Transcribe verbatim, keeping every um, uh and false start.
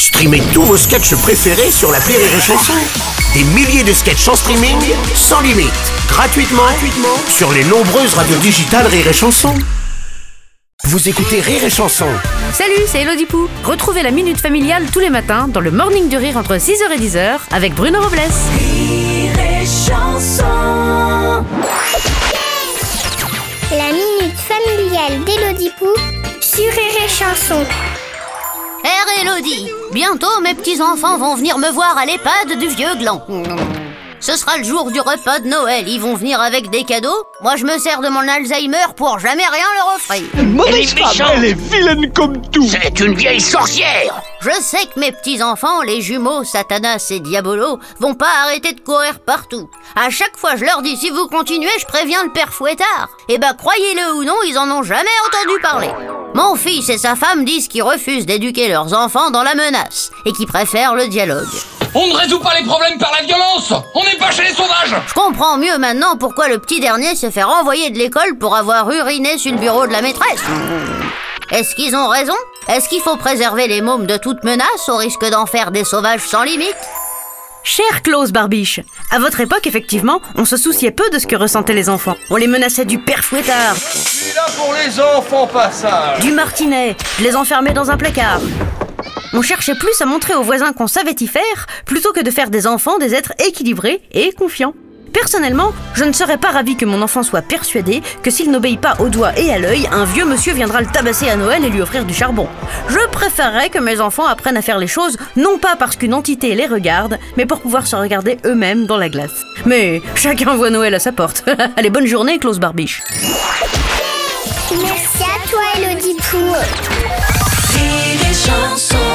Streamez tous vos sketchs préférés sur l'appli Rire et Chanson. Des milliers de sketchs en streaming, sans limite, gratuitement, gratuitement sur les nombreuses radios digitales Rire et Chanson. Vous écoutez Rire et Chanson. Salut, c'est Elodie Pou. Retrouvez la Minute Familiale tous les matins dans le Morning du Rire entre six heures et dix heures avec Bruno Robles. Rire et Chanson. La Minute Familiale d'Elodie Pou sur Rire et Chanson. Hé Elodie, bientôt mes petits-enfants vont venir me voir à l'EHPAD du Vieux Gland. Ce sera le jour du repas de Noël, ils vont venir avec des cadeaux. Moi je me sers de mon Alzheimer pour jamais rien leur offrir. Mauvaise femme, elle est vilaine comme tout. C'est une vieille sorcière. Je sais que mes petits-enfants, les jumeaux Satanas et Diabolo, vont pas arrêter de courir partout. À chaque fois je leur dis, si vous continuez, je préviens le père Fouettard. Et bah croyez-le ou non, ils en ont jamais entendu parler. Mon fils et sa femme disent qu'ils refusent d'éduquer leurs enfants dans la menace et qu'ils préfèrent le dialogue. On ne résout pas les problèmes par la violence. On n'est pas chez les sauvages. Je comprends mieux maintenant pourquoi le petit dernier s'est fait renvoyer de l'école pour avoir uriné sur le bureau de la maîtresse. Est-ce qu'ils ont raison? Est-ce qu'il faut préserver les mômes de toute menace au risque d'en faire des sauvages sans limite? Cher Klaus Barbiche, à votre époque, effectivement, on se souciait peu de ce que ressentaient les enfants. On les menaçait du père Fouettard, Je suis là pour les enfants passages. du martinet, de les enfermer dans un placard. On cherchait plus à montrer aux voisins qu'on savait y faire, plutôt que de faire des enfants des êtres équilibrés et confiants. Personnellement, je ne serais pas ravie que mon enfant soit persuadé que s'il n'obéit pas au doigt et à l'œil, un vieux monsieur viendra le tabasser à Noël et lui offrir du charbon. Je préférerais que mes enfants apprennent à faire les choses, non pas parce qu'une entité les regarde, mais pour pouvoir se regarder eux-mêmes dans la glace. Mais chacun voit Noël à sa porte. Allez, bonne journée, Klaus Barbiche. Merci à toi, Elodie Pou. Rire et Chanson.